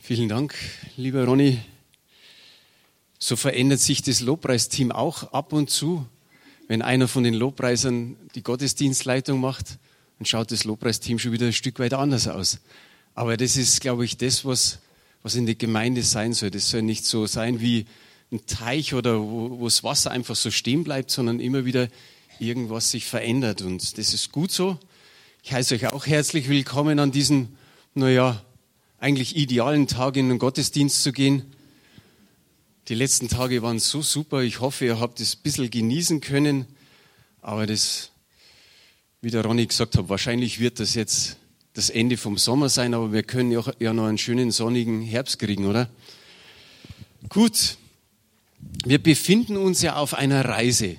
Vielen Dank, lieber Ronny. So verändert sich das Lobpreisteam auch ab und zu. Wenn einer von den Lobpreisern die Gottesdienstleitung macht, dann schaut das Lobpreisteam schon wieder ein Stück weit anders aus. Aber das ist, glaube ich, das, was in der Gemeinde sein soll. Das soll nicht so sein wie ein Teich oder wo das Wasser einfach so stehen bleibt, sondern immer wieder irgendwas sich verändert. Und das ist gut so. Ich heiße euch auch herzlich willkommen an diesen, eigentlich idealen Tag in den Gottesdienst zu gehen. Die letzten Tage waren so super. Ich hoffe, ihr habt es ein bisschen genießen können. Aber das, wie der Ronny gesagt hat, wahrscheinlich wird das jetzt das Ende vom Sommer sein, aber wir können ja noch einen schönen sonnigen Herbst kriegen, oder? Gut, wir befinden uns ja auf einer Reise.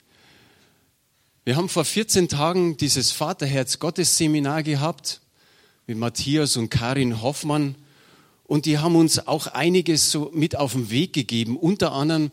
Wir haben vor 14 Tagen dieses Vaterherz-Gottes-Seminar gehabt mit Matthias und Karin Hoffmann und die haben uns auch einiges so mit auf den Weg gegeben, unter anderem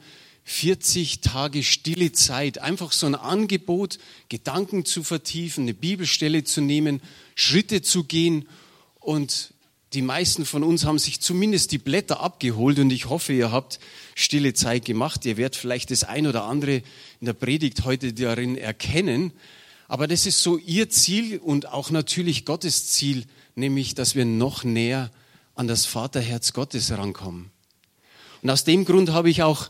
40 Tage stille Zeit, einfach so ein Angebot, Gedanken zu vertiefen, eine Bibelstelle zu nehmen, Schritte zu gehen und die meisten von uns haben sich zumindest die Blätter abgeholt und ich hoffe, ihr habt stille Zeit gemacht. Ihr werdet vielleicht das ein oder andere in der Predigt heute darin erkennen, aber das ist so ihr Ziel und auch natürlich Gottes Ziel, nämlich, dass wir noch näher an das Vaterherz Gottes rankommen. Und aus dem Grund habe ich auch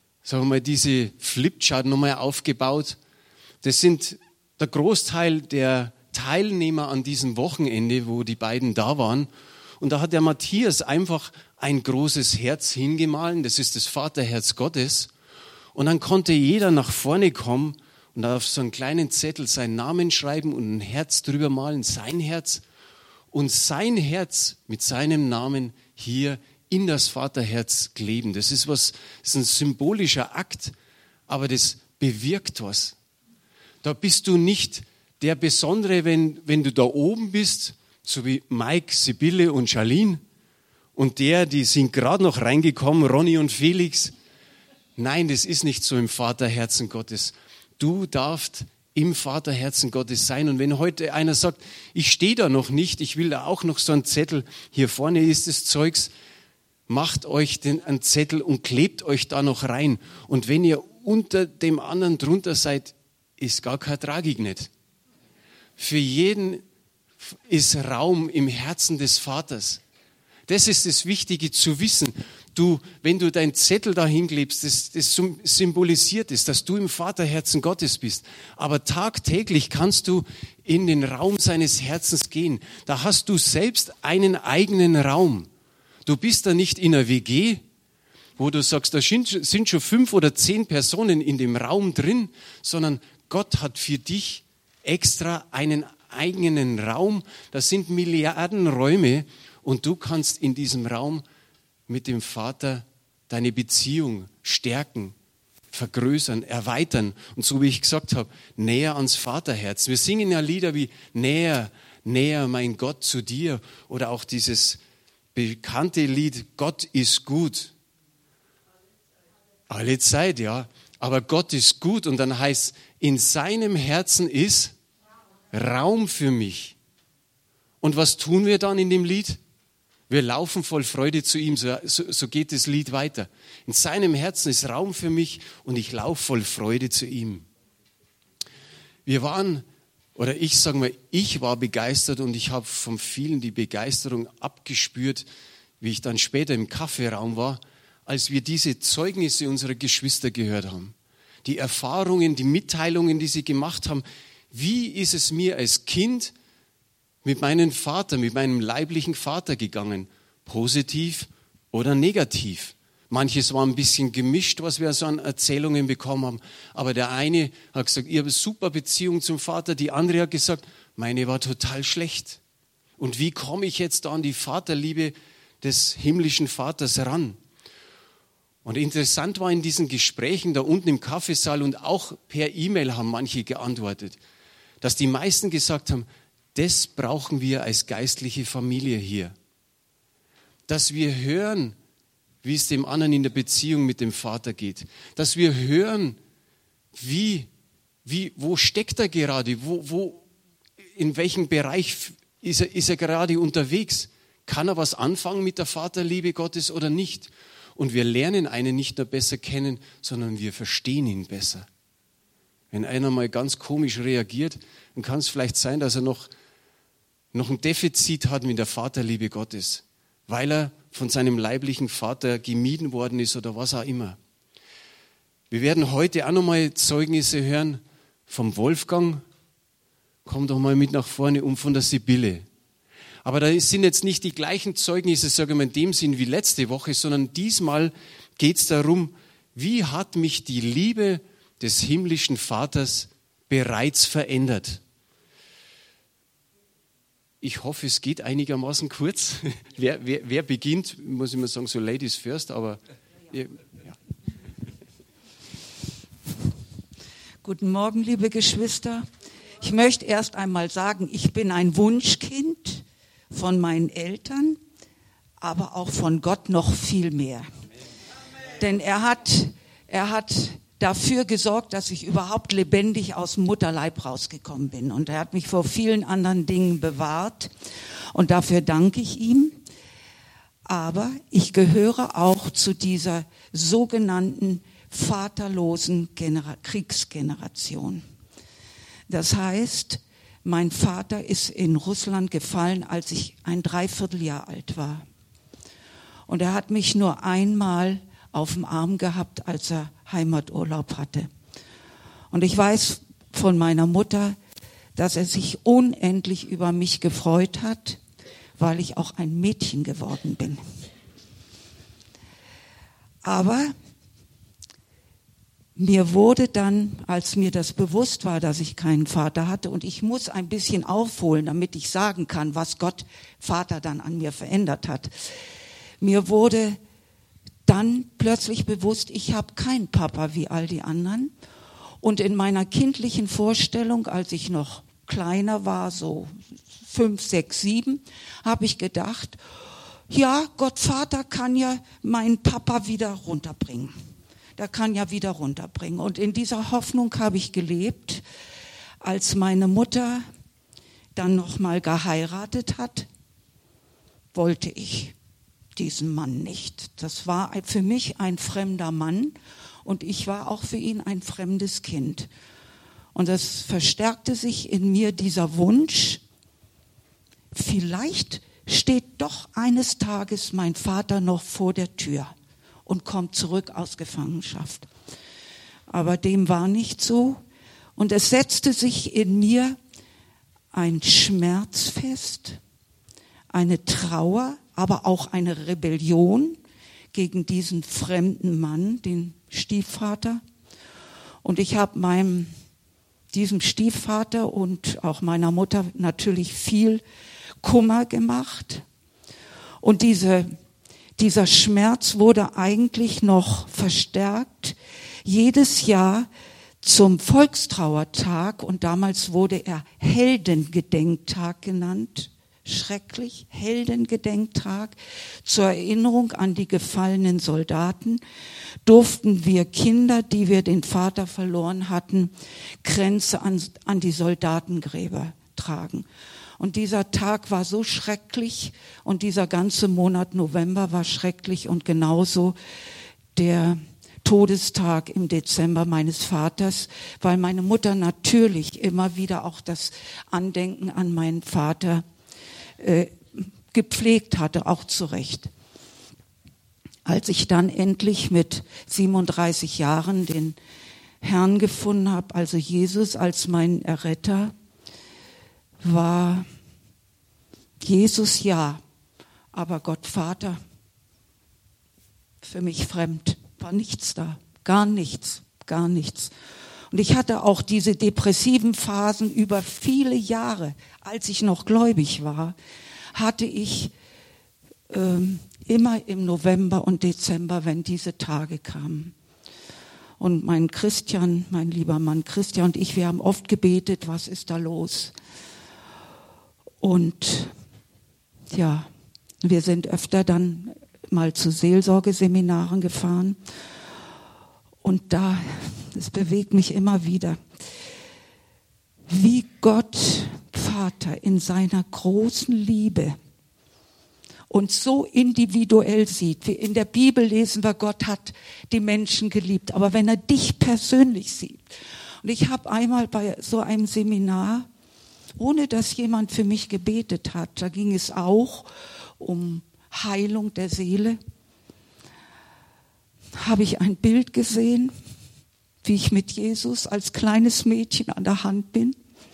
diese Flipchart nochmal aufgebaut. Das sind der Großteil der Teilnehmer an diesem Wochenende, wo die beiden da waren. Und da hat der Matthias einfach ein großes Herz hingemahlen. Das ist das Vaterherz Gottes. Und dann konnte jeder nach vorne kommen und auf so einen kleinen Zettel seinen Namen schreiben und ein Herz drüber malen, sein Herz. Und sein Herz mit seinem Namen hier in das Vaterherz kleben. Das ist ein symbolischer Akt, aber das bewirkt was. Da bist du nicht der Besondere, wenn du da oben bist, so wie Mike, Sibylle und Charlene und die sind gerade noch reingekommen, Ronny und Felix. Nein, das ist nicht so im Vaterherzen Gottes. Du darfst im Vaterherzen Gottes sein. Und wenn heute einer sagt, ich stehe da noch nicht, ich will da auch noch so einen Zettel, hier vorne ist das Zeugs, macht euch einen Zettel und klebt euch da noch rein. Und wenn ihr unter dem anderen drunter seid, ist gar keine Tragik nicht. Für jeden ist Raum im Herzen des Vaters. Das ist das Wichtige zu wissen. Wenn du deinen Zettel da hinklebst, das symbolisiert es, dass du im Vaterherzen Gottes bist. Aber tagtäglich kannst du in den Raum seines Herzens gehen. Da hast du selbst einen eigenen Raum. Du bist da nicht in einer WG, wo du sagst, da sind schon 5 oder 10 Personen in dem Raum drin, sondern Gott hat für dich extra einen eigenen Raum. Das sind Milliarden Räume und du kannst in diesem Raum mit dem Vater deine Beziehung stärken, vergrößern, erweitern. Und so wie ich gesagt habe, näher ans Vaterherz. Wir singen ja Lieder wie Näher, näher mein Gott zu dir oder auch dieses bekannte Lied Gott ist gut. Alle Zeit, ja. Aber Gott ist gut und dann heißt, in seinem Herzen ist Raum für mich. Und was tun wir dann in dem Lied? Wir laufen voll Freude zu ihm, so geht das Lied weiter. In seinem Herzen ist Raum für mich und ich laufe voll Freude zu ihm. Ich war begeistert und ich habe von vielen die Begeisterung abgespürt, wie ich dann später im Kaffeeraum war, als wir diese Zeugnisse unserer Geschwister gehört haben. Die Erfahrungen, die Mitteilungen, die sie gemacht haben. Wie ist es mir als Kind mit meinem Vater, mit meinem leiblichen Vater gegangen? Positiv oder negativ? Manches war ein bisschen gemischt, was wir so an Erzählungen bekommen haben. Aber der eine hat gesagt, ich habe eine super Beziehung zum Vater. Die andere hat gesagt, meine war total schlecht. Und wie komme ich jetzt da an die Vaterliebe des himmlischen Vaters ran? Und interessant war in diesen Gesprächen da unten im Kaffeesaal und auch per E-Mail haben manche geantwortet, dass die meisten gesagt haben, das brauchen wir als geistliche Familie hier. Dass wir hören, wie es dem anderen in der Beziehung mit dem Vater geht. Dass wir hören, wo steckt er gerade, in welchem Bereich ist er gerade unterwegs. Kann er was anfangen mit der Vaterliebe Gottes oder nicht? Und wir lernen einen nicht nur besser kennen, sondern wir verstehen ihn besser. Wenn einer mal ganz komisch reagiert, dann kann es vielleicht sein, dass er noch ein Defizit hat mit der Vaterliebe Gottes, weil er von seinem leiblichen Vater gemieden worden ist oder was auch immer. Wir werden heute auch nochmal Zeugnisse hören vom Wolfgang. Komm doch mal mit nach vorne, und von der Sibylle. Aber da sind jetzt nicht die gleichen Zeugnisse, sage ich mal, in dem Sinn wie letzte Woche, sondern diesmal geht es darum, wie hat mich die Liebe des himmlischen Vaters bereits verändert. Ich hoffe, es geht einigermaßen kurz. Wer beginnt, muss ich mal sagen, so Ladies first, aber ja. Guten Morgen, liebe Geschwister. Ich möchte erst einmal sagen, ich bin ein Wunschkind von meinen Eltern, aber auch von Gott noch viel mehr. Denn er hat dafür gesorgt, dass ich überhaupt lebendig aus dem Mutterleib rausgekommen bin. Und er hat mich vor vielen anderen Dingen bewahrt. Und dafür danke ich ihm. Aber ich gehöre auch zu dieser sogenannten vaterlosen Kriegsgeneration. Das heißt, mein Vater ist in Russland gefallen, als ich ein Dreivierteljahr alt war. Und er hat mich nur einmal auf dem Arm gehabt, als er Heimaturlaub hatte. Und ich weiß von meiner Mutter, dass er sich unendlich über mich gefreut hat, weil ich auch ein Mädchen geworden bin. Aber mir wurde dann, als mir das bewusst war, dass ich keinen Vater hatte, und ich muss ein bisschen aufholen, damit ich sagen kann, was Gott, Vater, dann an mir verändert hat. Mir wurde dann plötzlich bewusst, ich habe keinen Papa wie all die anderen. Und in meiner kindlichen Vorstellung, als ich noch kleiner war, so 5, 6, 7, habe ich gedacht, ja, Gott Vater kann ja meinen Papa wieder runterbringen. Der kann ja wieder runterbringen. Und in dieser Hoffnung habe ich gelebt, als meine Mutter dann nochmal geheiratet hat, wollte ich diesen Mann nicht. Das war für mich ein fremder Mann und ich war auch für ihn ein fremdes Kind. Und es verstärkte sich in mir dieser Wunsch, vielleicht steht doch eines Tages mein Vater noch vor der Tür und kommt zurück aus Gefangenschaft. Aber dem war nicht so. Und es setzte sich in mir ein Schmerz fest, eine Trauer, aber auch eine Rebellion gegen diesen fremden Mann, den Stiefvater. Und ich habe diesem Stiefvater und auch meiner Mutter natürlich viel Kummer gemacht. Und dieser Schmerz wurde eigentlich noch verstärkt. Jedes Jahr zum Volkstrauertag, und damals wurde er Heldengedenktag genannt, schrecklich, Heldengedenktag, zur Erinnerung an die gefallenen Soldaten, durften wir Kinder, die wir den Vater verloren hatten, Kränze an die Soldatengräber tragen. Und dieser Tag war so schrecklich und dieser ganze Monat November war schrecklich und genauso der Todestag im Dezember meines Vaters, weil meine Mutter natürlich immer wieder auch das Andenken an meinen Vater gepflegt hatte, auch zu Recht. Als ich dann endlich mit 37 Jahren den Herrn gefunden habe, also Jesus als mein Erretter, war Jesus ja, aber Gott Vater für mich fremd, war nichts da, gar nichts. Und ich hatte auch diese depressiven Phasen über viele Jahre, als ich noch gläubig war, hatte ich immer im November und Dezember, wenn diese Tage kamen. Und mein lieber Mann Christian und ich, wir haben oft gebetet, was ist da los? Und ja, wir sind öfter dann mal zu Seelsorgeseminaren gefahren. Und das bewegt mich immer wieder, wie Gott, Vater, in seiner großen Liebe und so individuell sieht. Wie in der Bibel lesen wir, Gott hat die Menschen geliebt. Aber wenn er dich persönlich sieht. Und ich habe einmal bei so einem Seminar, ohne dass jemand für mich gebetet hat, da ging es auch um Heilung der Seele, habe ich ein Bild gesehen, wie ich mit Jesus als kleines Mädchen an der Hand bin.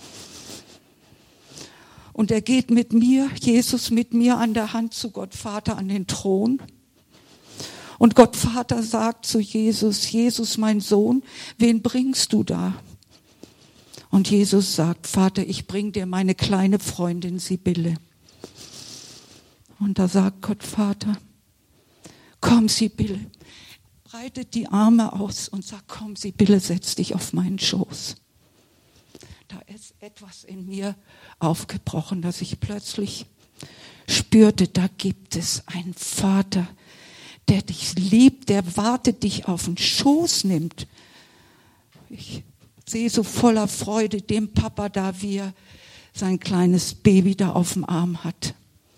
Und er geht mit mir, Jesus mit mir an der Hand zu Gott Vater an den Thron. Und Gott Vater sagt zu Jesus, Jesus, mein Sohn, wen bringst du da? Und Jesus sagt, Vater, ich bring dir meine kleine Freundin Sibylle. Und da sagt Gott Vater, komm Sibylle, breitet die Arme aus und sagt, komm Sibylle, setz dich auf meinen Schoß. Da ist etwas in mir aufgebrochen, dass ich plötzlich spürte, da gibt es einen Vater, der dich liebt, der wartet, dich auf den Schoß nimmt. Ich sehe so voller Freude den Papa da, wie er sein kleines Baby da auf dem Arm hat.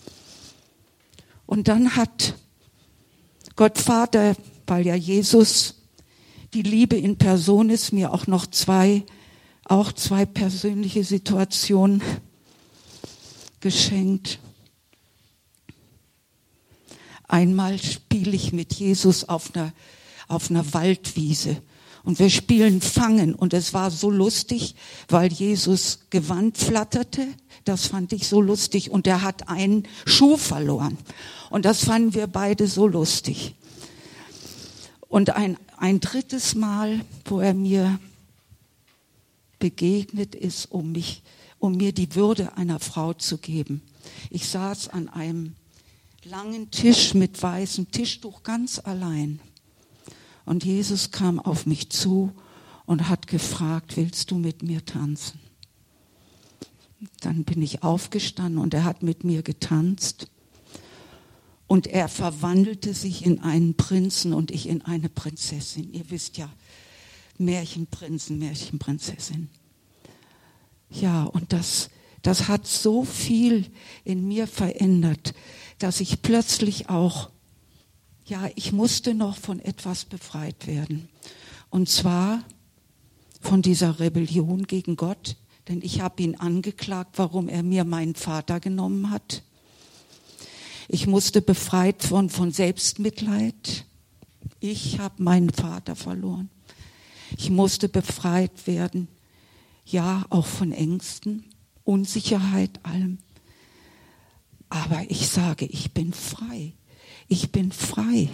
Und dann hat Gott Vater, weil ja Jesus die Liebe in Person ist, mir auch noch zwei persönliche Situationen geschenkt. Einmal spiele ich mit Jesus auf einer Waldwiese und wir spielen Fangen und es war so lustig, weil Jesus Gewand flatterte, das fand ich so lustig und er hat einen Schuh verloren und das fanden wir beide so lustig. Und ein drittes Mal, wo er mir begegnet ist, um mir die Würde einer Frau zu geben. Ich saß an einem langen Tisch mit weißem Tischtuch ganz allein. Und Jesus kam auf mich zu und hat gefragt, willst du mit mir tanzen? Dann bin ich aufgestanden und er hat mit mir getanzt. Und er verwandelte sich in einen Prinzen und ich in eine Prinzessin. Ihr wisst ja, Märchenprinzen, Märchenprinzessin. Ja, und das hat so viel in mir verändert, dass ich plötzlich auch, ich musste noch von etwas befreit werden. Und zwar von dieser Rebellion gegen Gott, denn ich habe ihn angeklagt, warum er mir meinen Vater genommen hat. Ich musste befreit von Selbstmitleid. Ich habe meinen Vater verloren. Ich musste befreit werden, auch von Ängsten, Unsicherheit, allem. Aber ich sage, ich bin frei. Ich bin frei.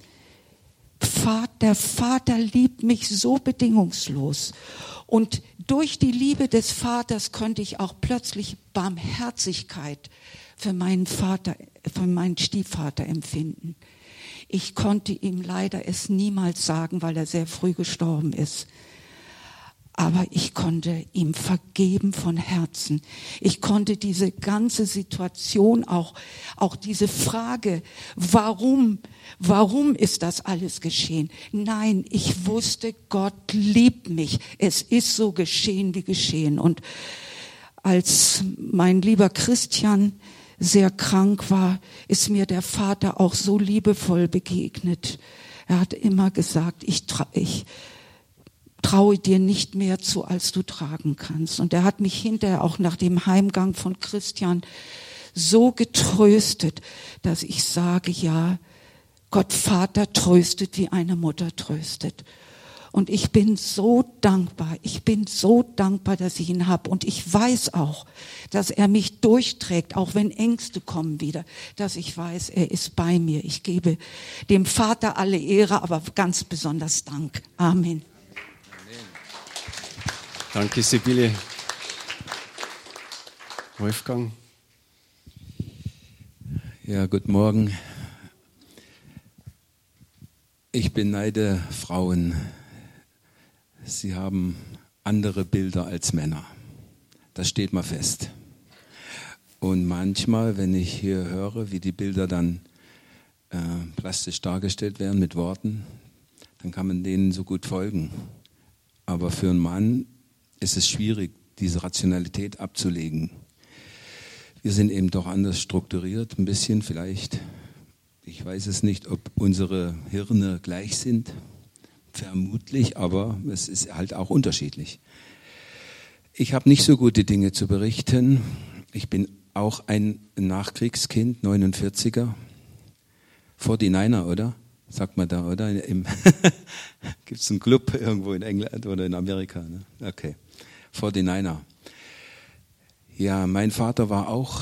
Der Vater liebt mich so bedingungslos. Und durch die Liebe des Vaters konnte ich auch plötzlich Barmherzigkeit für meinen Stiefvater empfinden. Ich konnte ihm leider es niemals sagen, weil er sehr früh gestorben ist. Aber ich konnte ihm vergeben von Herzen. Ich konnte diese ganze Situation, auch diese Frage, warum ist das alles geschehen? Nein, ich wusste, Gott liebt mich. Es ist so geschehen, wie geschehen. Und als mein lieber Christian sehr krank war, ist mir der Vater auch so liebevoll begegnet. Er hat immer gesagt, ich traue dir nicht mehr zu, als du tragen kannst. Und er hat mich hinterher auch nach dem Heimgang von Christian so getröstet, dass ich sage, ja, Gott Vater tröstet, wie eine Mutter tröstet. Und ich bin so dankbar, dass ich ihn habe. Und ich weiß auch, dass er mich durchträgt, auch wenn Ängste kommen wieder, dass ich weiß, er ist bei mir. Ich gebe dem Vater alle Ehre, aber ganz besonders Dank. Amen. Danke, Sibylle. Wolfgang. Ja, guten Morgen. Ich beneide Frauen. Sie haben andere Bilder als Männer. Das steht mal fest. Und manchmal, wenn ich hier höre, wie die Bilder dann plastisch dargestellt werden mit Worten, dann kann man denen so gut folgen. Aber für einen Mann ist es schwierig, diese Rationalität abzulegen. Wir sind eben doch anders strukturiert, ein bisschen vielleicht. Ich weiß es nicht, ob unsere Hirne gleich sind. Vermutlich, aber es ist halt auch unterschiedlich. Ich habe nicht so gute Dinge zu berichten. Ich bin auch ein Nachkriegskind, 49er. 49er, oder? Sagt man da, oder? Gibt es einen Club irgendwo in England oder in Amerika? Ne? Okay, 49er. Ja, mein Vater war auch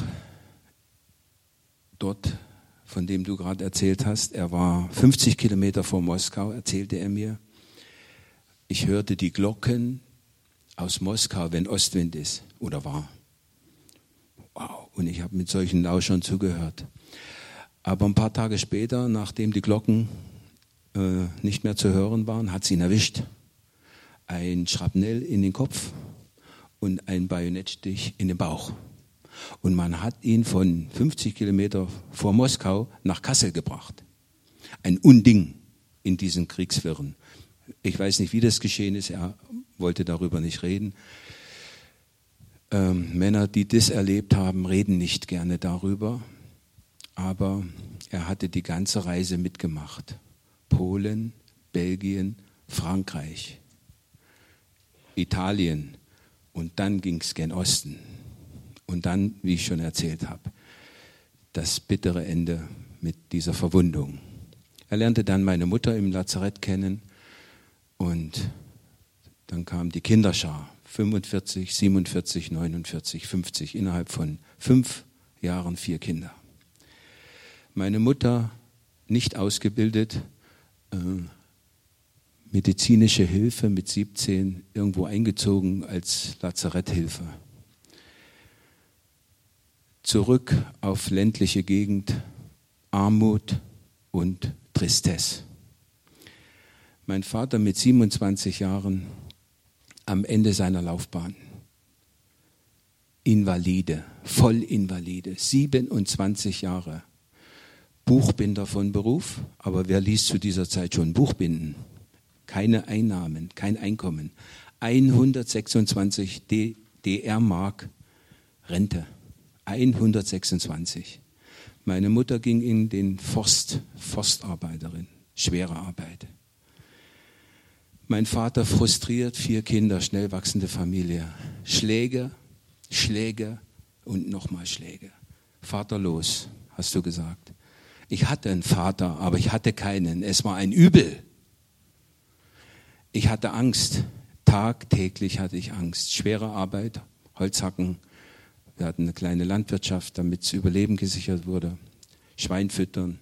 dort, von dem du gerade erzählt hast. Er war 50 Kilometer vor Moskau, erzählte er mir. Ich hörte die Glocken aus Moskau, wenn Ostwind ist oder war. Wow, und ich habe mit solchen Lauschern zugehört. Aber ein paar Tage später, nachdem die Glocken nicht mehr zu hören waren, hat sie ihn erwischt. Ein Schrapnell in den Kopf und ein Bajonettstich in den Bauch. Und man hat ihn von 50 Kilometer vor Moskau nach Kassel gebracht. Ein Unding in diesen Kriegswirren. Ich weiß nicht, wie das geschehen ist. Er wollte darüber nicht reden. Männer, die das erlebt haben, reden nicht gerne darüber. Aber er hatte die ganze Reise mitgemacht. Polen, Belgien, Frankreich, Italien. Und dann ging es gen Osten. Und dann, wie ich schon erzählt habe, das bittere Ende mit dieser Verwundung. Er lernte dann meine Mutter im Lazarett kennen. Und dann kam die Kinderschar. 45, 47, 49, 50. Innerhalb von 5 Jahren 4 Kinder. Meine Mutter, nicht ausgebildet, medizinische Hilfe mit 17 irgendwo eingezogen als Lazaretthilfe. Zurück auf ländliche Gegend, Armut und Tristesse. Mein Vater mit 27 Jahren am Ende seiner Laufbahn. Invalide, Vollinvalide, 27 Jahre. Buchbinder von Beruf, aber wer liest zu dieser Zeit schon Buchbinden? Keine Einnahmen, kein Einkommen. 126 DR-Mark Rente. 126. Meine Mutter ging in den Forstarbeiterin, schwere Arbeit. Mein Vater frustriert, 4 Kinder, schnell wachsende Familie. Schläge, Schläge und nochmal Schläge. Vaterlos, hast du gesagt. Ich hatte einen Vater, aber ich hatte keinen. Es war ein Übel. Ich hatte Angst. Tagtäglich hatte ich Angst. Schwere Arbeit, Holzhacken. Wir hatten eine kleine Landwirtschaft, damit das Überleben gesichert wurde. Schwein füttern,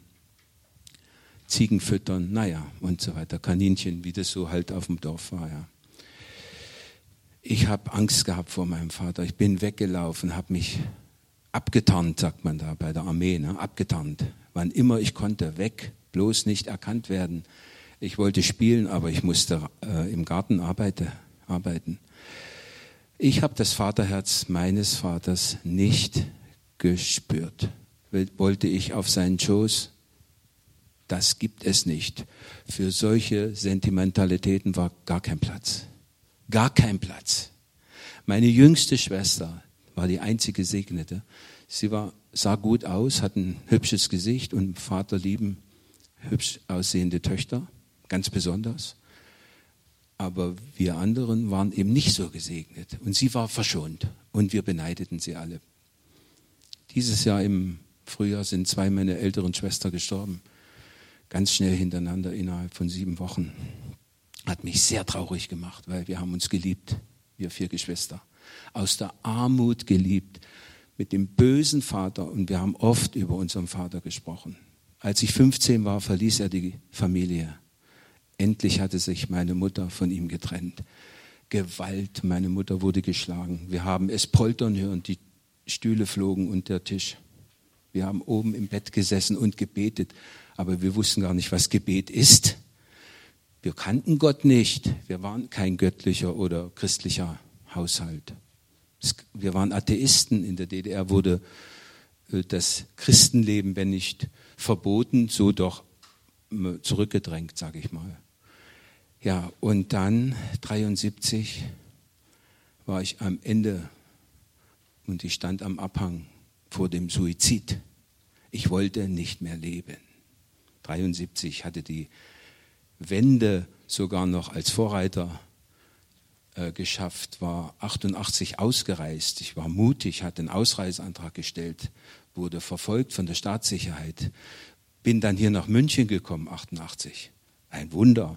Ziegen füttern, naja, und so weiter. Kaninchen, wie das so halt auf dem Dorf war, ja. Ich habe Angst gehabt vor meinem Vater. Ich bin weggelaufen, habe mich abgetarnt, sagt man da bei der Armee, ne? Abgetarnt. Wann immer ich konnte, weg, bloß nicht erkannt werden. Ich wollte spielen, aber ich musste im Garten arbeiten. Ich habe das Vaterherz meines Vaters nicht gespürt. Wollte ich auf seinen Schoß? Das gibt es nicht. Für solche Sentimentalitäten war gar kein Platz. Gar kein Platz. Meine jüngste Schwester war die einzige Segnete. Sie sah gut aus, hat ein hübsches Gesicht und Vater lieben hübsch aussehende Töchter, ganz besonders. Aber wir anderen waren eben nicht so gesegnet. Und sie war verschont. Und wir beneideten sie alle. Dieses Jahr im Frühjahr sind 2 meiner älteren Schwestern gestorben. Ganz schnell hintereinander, innerhalb von 7 Wochen. Hat mich sehr traurig gemacht, weil wir haben uns geliebt, wir 4 Geschwister. Aus der Armut geliebt, mit dem bösen Vater. Und wir haben oft über unseren Vater gesprochen. Als ich 15 war, verließ er die Familie. Endlich hatte sich meine Mutter von ihm getrennt. Gewalt, meine Mutter wurde geschlagen. Wir haben es poltern hören, die Stühle flogen unter der Tisch. Wir haben oben im Bett gesessen und gebetet, aber wir wussten gar nicht, was Gebet ist. Wir kannten Gott nicht. Wir waren kein göttlicher oder christlicher Haushalt. Wir waren Atheisten. In der DDR wurde das Christenleben, wenn nicht verboten, so doch zurückgedrängt, sage ich mal. Ja, und dann, 73, war ich am Ende und ich stand am Abhang vor dem Suizid. Ich wollte nicht mehr leben. 73 hatte die Wende sogar noch als Vorreiter geschafft, war 88 ausgereist. Ich war mutig, hatte einen Ausreiseantrag gestellt, wurde verfolgt von der Staatssicherheit. Bin dann hier nach München gekommen, 88. Ein Wunder.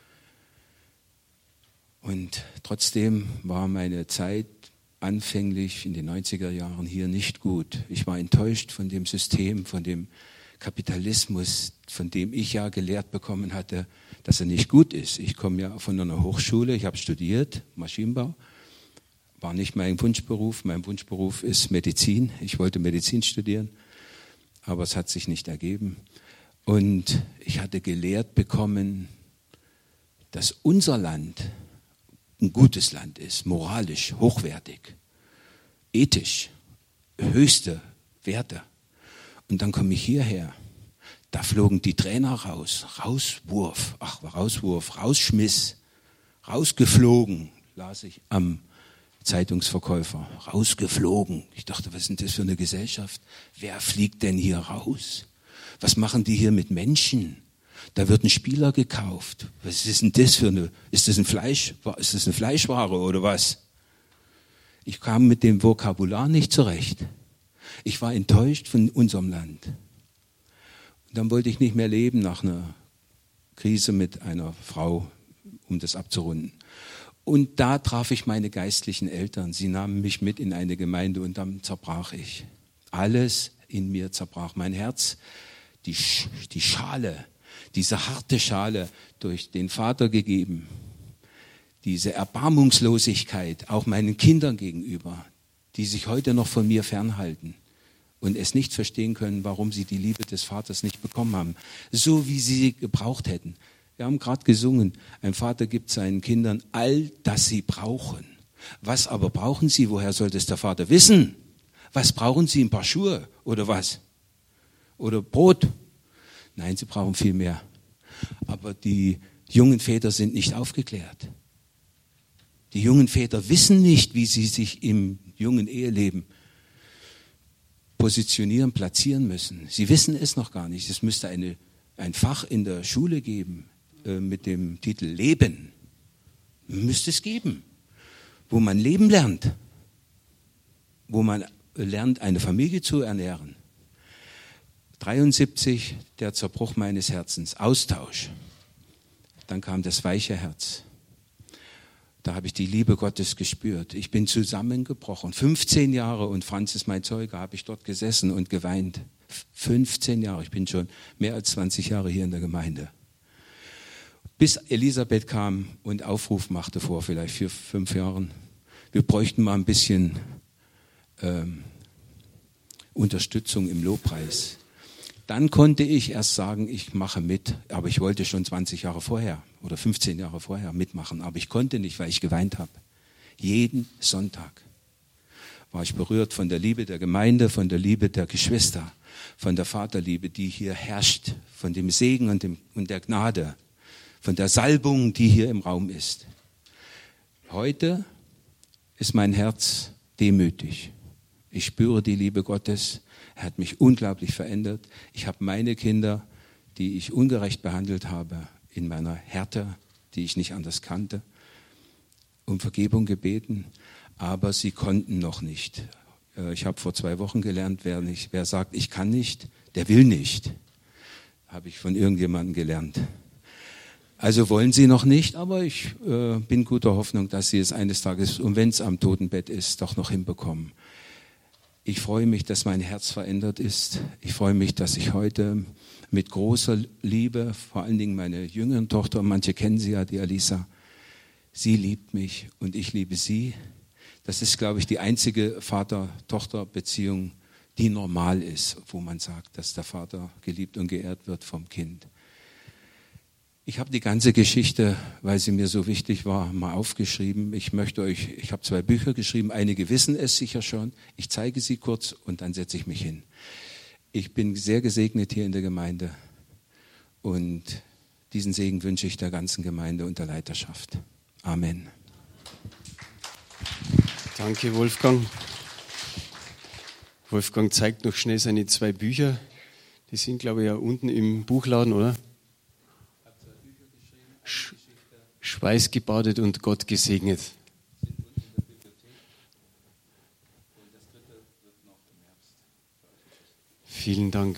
Und trotzdem war meine Zeit anfänglich in den 90er Jahren hier nicht gut. Ich war enttäuscht von dem System, von dem Kapitalismus, von dem ich ja gelehrt bekommen hatte, dass er nicht gut ist. Ich komme ja von einer Hochschule, ich habe studiert, Maschinenbau, war nicht mein Wunschberuf. Mein Wunschberuf ist Medizin. Ich wollte Medizin studieren, aber es hat sich nicht ergeben. Und ich hatte gelehrt bekommen, dass unser Land ein gutes Land ist, moralisch, hochwertig, ethisch, höchste Werte. Und dann komme ich hierher, da flogen die Trainer raus, rausschmiss, rausgeflogen, las ich am Zeitungsverkäufer, rausgeflogen. Ich dachte, was ist denn das für eine Gesellschaft? Wer fliegt denn hier raus? Was machen die hier mit Menschen? Da wird ein Spieler gekauft. Was ist denn das für ist das eine Fleischware oder was? Ich kam mit dem Vokabular nicht zurecht. Ich war enttäuscht von unserem Land. Und dann wollte ich nicht mehr leben nach einer Krise mit einer Frau, um das abzurunden. Und da traf ich meine geistlichen Eltern. Sie nahmen mich mit in eine Gemeinde und dann zerbrach ich. Alles in mir zerbrach. Mein Herz, die Schale, diese harte Schale durch den Vater gegeben, diese Erbarmungslosigkeit auch meinen Kindern gegenüber, die sich heute noch von mir fernhalten und es nicht verstehen können, warum sie die Liebe des Vaters nicht bekommen haben, so wie sie gebraucht hätten. Wir haben gerade gesungen, ein Vater gibt seinen Kindern all, das sie brauchen. Was aber brauchen sie? Woher sollte es der Vater wissen? Was brauchen sie? Ein paar Schuhe oder was? Oder Brot? Nein, sie brauchen viel mehr. Aber die jungen Väter sind nicht aufgeklärt. Die jungen Väter wissen nicht, wie sie sich im jungen Eheleben positionieren, platzieren müssen. Sie wissen es noch gar nicht. Es müsste ein Fach in der Schule geben mit dem Titel Leben. Müsste es geben, wo man Leben lernt, wo man lernt, eine Familie zu ernähren. 73, der Zerbruch meines Herzens, Austausch. Dann kam das weiche Herz. Da habe ich die Liebe Gottes gespürt. Ich bin zusammengebrochen. 15 Jahre und Franz ist mein Zeuge, habe ich dort gesessen und geweint. 15 Jahre, ich bin schon mehr als 20 Jahre hier in der Gemeinde. Bis Elisabeth kam und Aufruf machte vor vielleicht 4, 5 Jahren. Wir bräuchten mal ein bisschen Unterstützung im Lobpreis. Dann konnte ich erst sagen, ich mache mit, aber ich wollte schon 20 Jahre vorher oder 15 Jahre vorher mitmachen, aber ich konnte nicht, weil ich geweint habe. Jeden Sonntag war ich berührt von der Liebe der Gemeinde, von der Liebe der Geschwister, von der Vaterliebe, die hier herrscht, von dem Segen und der Gnade, von der Salbung, die hier im Raum ist. Heute ist mein Herz demütig. Ich spüre die Liebe Gottes. Er hat mich unglaublich verändert. Ich habe meine Kinder, die ich ungerecht behandelt habe, in meiner Härte, die ich nicht anders kannte, um Vergebung gebeten, aber sie konnten noch nicht. Ich habe vor 2 Wochen gelernt, wer sagt, ich kann nicht, der will nicht. Habe ich von irgendjemandem gelernt. Also wollen sie noch nicht, aber ich bin guter Hoffnung, dass sie es eines Tages, und wenn es am Totenbett ist, doch noch hinbekommen. Ich freue mich, dass mein Herz verändert ist. Ich freue mich, dass ich heute mit großer Liebe, vor allen Dingen meine jüngeren Tochter, manche kennen sie ja, die Alisa, sie liebt mich und ich liebe sie. Das ist, glaube ich, die einzige Vater-Tochter-Beziehung, die normal ist, wo man sagt, dass der Vater geliebt und geehrt wird vom Kind. Ich habe die ganze Geschichte, weil sie mir so wichtig war, mal aufgeschrieben. Ich habe 2 Bücher geschrieben, einige wissen es sicher schon. Ich zeige sie kurz und dann setze ich mich hin. Ich bin sehr gesegnet hier in der Gemeinde und diesen Segen wünsche ich der ganzen Gemeinde und der Leiterschaft. Amen. Danke, Wolfgang. Wolfgang zeigt noch schnell seine 2 Bücher. Die sind, glaube ich, ja unten im Buchladen, oder? Schweißgebadet und Gott gesegnet. Vielen Dank.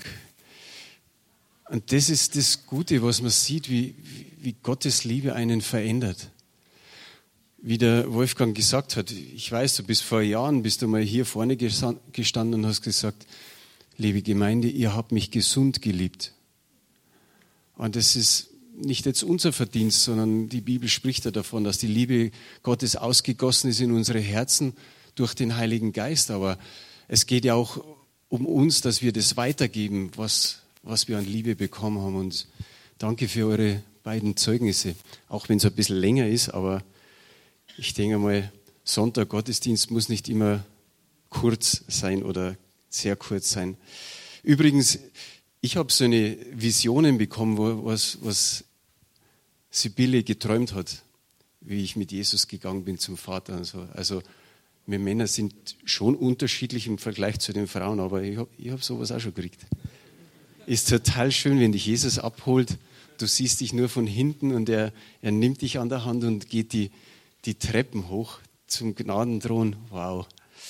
Und das ist das Gute, was man sieht, wie Gottes Liebe einen verändert. Wie der Wolfgang gesagt hat, ich weiß, du bist vor Jahren, bist du mal hier vorne gestanden und hast gesagt, liebe Gemeinde, ihr habt mich gesund geliebt. Und das ist nicht jetzt unser Verdienst, sondern die Bibel spricht ja davon, dass die Liebe Gottes ausgegossen ist in unsere Herzen durch den Heiligen Geist. Aber es geht ja auch um uns, dass wir das weitergeben, was wir an Liebe bekommen haben. Und danke für eure beiden Zeugnisse, auch wenn es ein bisschen länger ist, aber ich denke mal, Sonntag Gottesdienst muss nicht immer kurz sein oder sehr kurz sein. Übrigens, ich habe so eine Visionen bekommen, was Sibylle geträumt hat, wie ich mit Jesus gegangen bin zum Vater und so. Also wir Männer sind schon unterschiedlich im Vergleich zu den Frauen, aber ich hab sowas auch schon gekriegt. Ist total schön, wenn dich Jesus abholt. Du siehst dich nur von hinten und er nimmt dich an der Hand und geht die Treppen hoch zum Gnadenthron. Wow.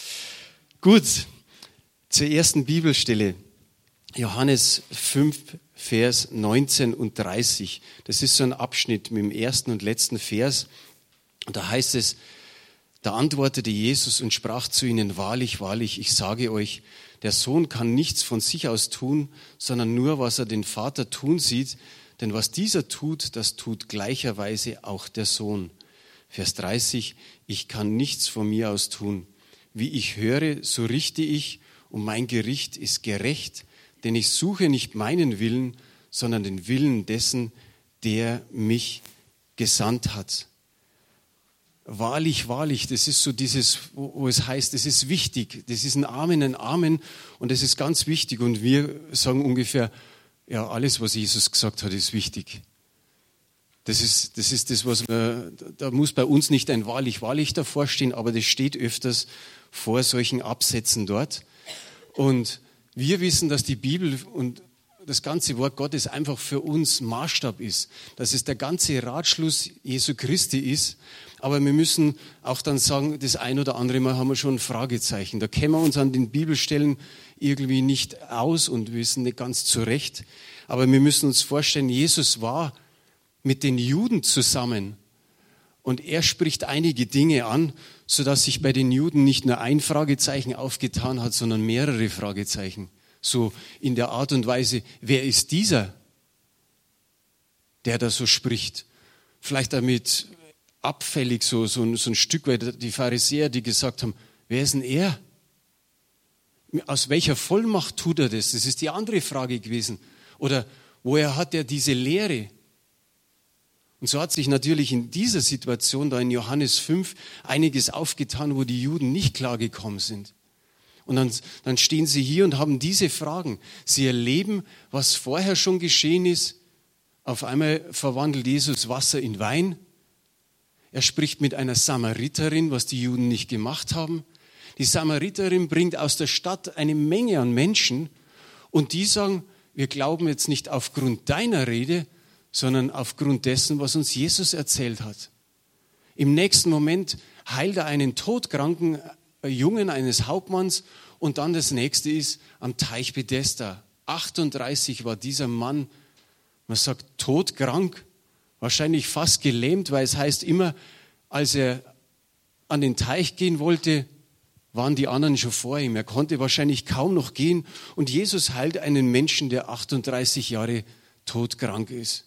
Gut, zur ersten Bibelstelle. Johannes 5, Vers 19 und 30. Das ist so ein Abschnitt mit dem ersten und letzten Vers. Und da heißt es, da antwortete Jesus und sprach zu ihnen, wahrlich, wahrlich, ich sage euch, der Sohn kann nichts von sich aus tun, sondern nur, was er den Vater tun sieht. Denn was dieser tut, das tut gleicherweise auch der Sohn. Vers 30, ich kann nichts von mir aus tun. Wie ich höre, so richte ich, und mein Gericht ist gerecht, denn ich suche nicht meinen Willen, sondern den Willen dessen, der mich gesandt hat. Wahrlich, wahrlich, das ist so dieses, wo es heißt, das ist wichtig, das ist ein Amen und das ist ganz wichtig und wir sagen ungefähr, ja, alles, was Jesus gesagt hat, ist wichtig. Das ist das, was da muss bei uns nicht ein wahrlich, wahrlich davor stehen, aber das steht öfters vor solchen Absätzen dort. Und wir wissen, dass die Bibel und das ganze Wort Gottes einfach für uns Maßstab ist, dass es der ganze Ratschluss Jesu Christi ist. Aber wir müssen auch dann sagen, das ein oder andere Mal haben wir schon ein Fragezeichen. Da kennen wir uns an den Bibelstellen irgendwie nicht aus und wissen nicht ganz zurecht. Aber wir müssen uns vorstellen, Jesus war mit den Juden zusammen und er spricht einige Dinge an, sodass sich bei den Juden nicht nur ein Fragezeichen aufgetan hat, sondern mehrere Fragezeichen. So in der Art und Weise, wer ist dieser, der da so spricht? Vielleicht damit abfällig so ein Stück weit die Pharisäer, die gesagt haben, wer ist denn er? Aus welcher Vollmacht tut er das? Das ist die andere Frage gewesen. Oder woher hat er diese Lehre? Und so hat sich natürlich in dieser Situation, da in Johannes 5, einiges aufgetan, wo die Juden nicht klargekommen sind. Und dann stehen sie hier und haben diese Fragen. Sie erleben, was vorher schon geschehen ist. Auf einmal verwandelt Jesus Wasser in Wein. Er spricht mit einer Samariterin, was die Juden nicht gemacht haben. Die Samariterin bringt aus der Stadt eine Menge an Menschen und die sagen, wir glauben jetzt nicht aufgrund deiner Rede, sondern aufgrund dessen, was uns Jesus erzählt hat. Im nächsten Moment heilt er einen todkranken Jungen eines Hauptmanns und dann das nächste ist am Teich Bethesda. 38 war dieser Mann, man sagt todkrank, wahrscheinlich fast gelähmt, weil es heißt immer, als er an den Teich gehen wollte, waren die anderen schon vor ihm. Er konnte wahrscheinlich kaum noch gehen und Jesus heilt einen Menschen, der 38 Jahre todkrank ist.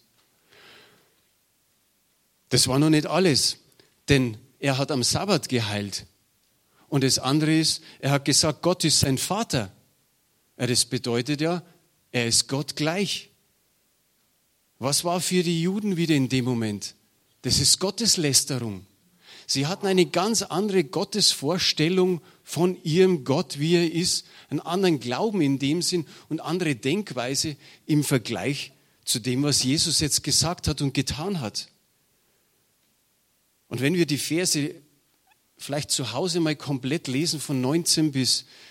Das war noch nicht alles, denn er hat am Sabbat geheilt. Und das andere ist, er hat gesagt, Gott ist sein Vater. Ja, das bedeutet ja, er ist Gott gleich. Was war für die Juden wieder in dem Moment? Das ist Gotteslästerung. Sie hatten eine ganz andere Gottesvorstellung von ihrem Gott, wie er ist, einen anderen Glauben in dem Sinn und andere Denkweise im Vergleich zu dem, was Jesus jetzt gesagt hat und getan hat. Und wenn wir die Verse vielleicht zu Hause mal komplett lesen, von 19 bis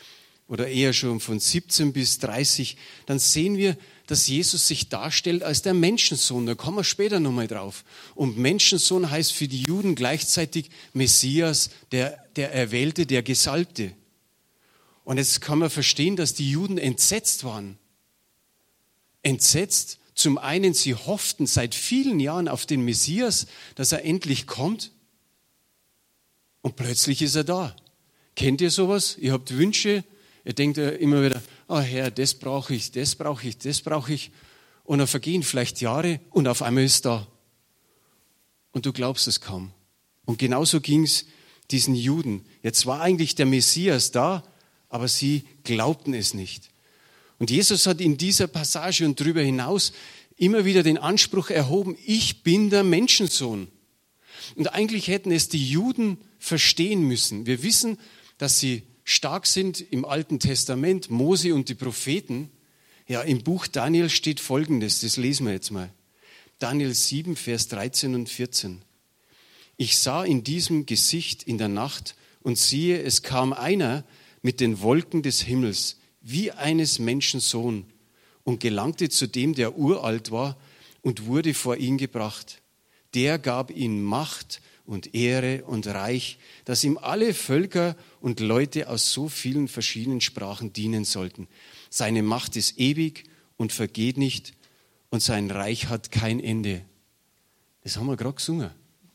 oder eher schon von 17 bis 30, dann sehen wir, dass Jesus sich darstellt als der Menschensohn. Da kommen wir später nochmal drauf. Und Menschensohn heißt für die Juden gleichzeitig Messias, der Erwählte, der Gesalbte. Und jetzt kann man verstehen, dass die Juden entsetzt waren. Entsetzt. Zum einen, sie hofften seit vielen Jahren auf den Messias, dass er endlich kommt. Und plötzlich ist er da. Kennt ihr sowas? Ihr habt Wünsche. Ihr denkt immer wieder, oh Herr, das brauche ich, das brauche ich, das brauche ich. Und dann vergehen vielleicht Jahre und auf einmal ist da. Und du glaubst es kaum. Und genauso ging es diesen Juden. Jetzt war eigentlich der Messias da, aber sie glaubten es nicht. Und Jesus hat in dieser Passage und darüber hinaus immer wieder den Anspruch erhoben, ich bin der Menschensohn. Und eigentlich hätten es die Juden verstehen müssen. Wir wissen, dass sie stark sind im Alten Testament, Mose und die Propheten. Ja, im Buch Daniel steht Folgendes, das lesen wir jetzt mal. Daniel 7, Vers 13 und 14. Ich sah in diesem Gesicht in der Nacht und siehe, es kam einer mit den Wolken des Himmels, wie eines Menschen Sohn, und gelangte zu dem, der uralt war, und wurde vor ihn gebracht. Der gab ihm Macht und Ehre und Reich, dass ihm alle Völker und Leute aus so vielen verschiedenen Sprachen dienen sollten. Seine Macht ist ewig und vergeht nicht, und sein Reich hat kein Ende. Das haben wir gerade gesungen.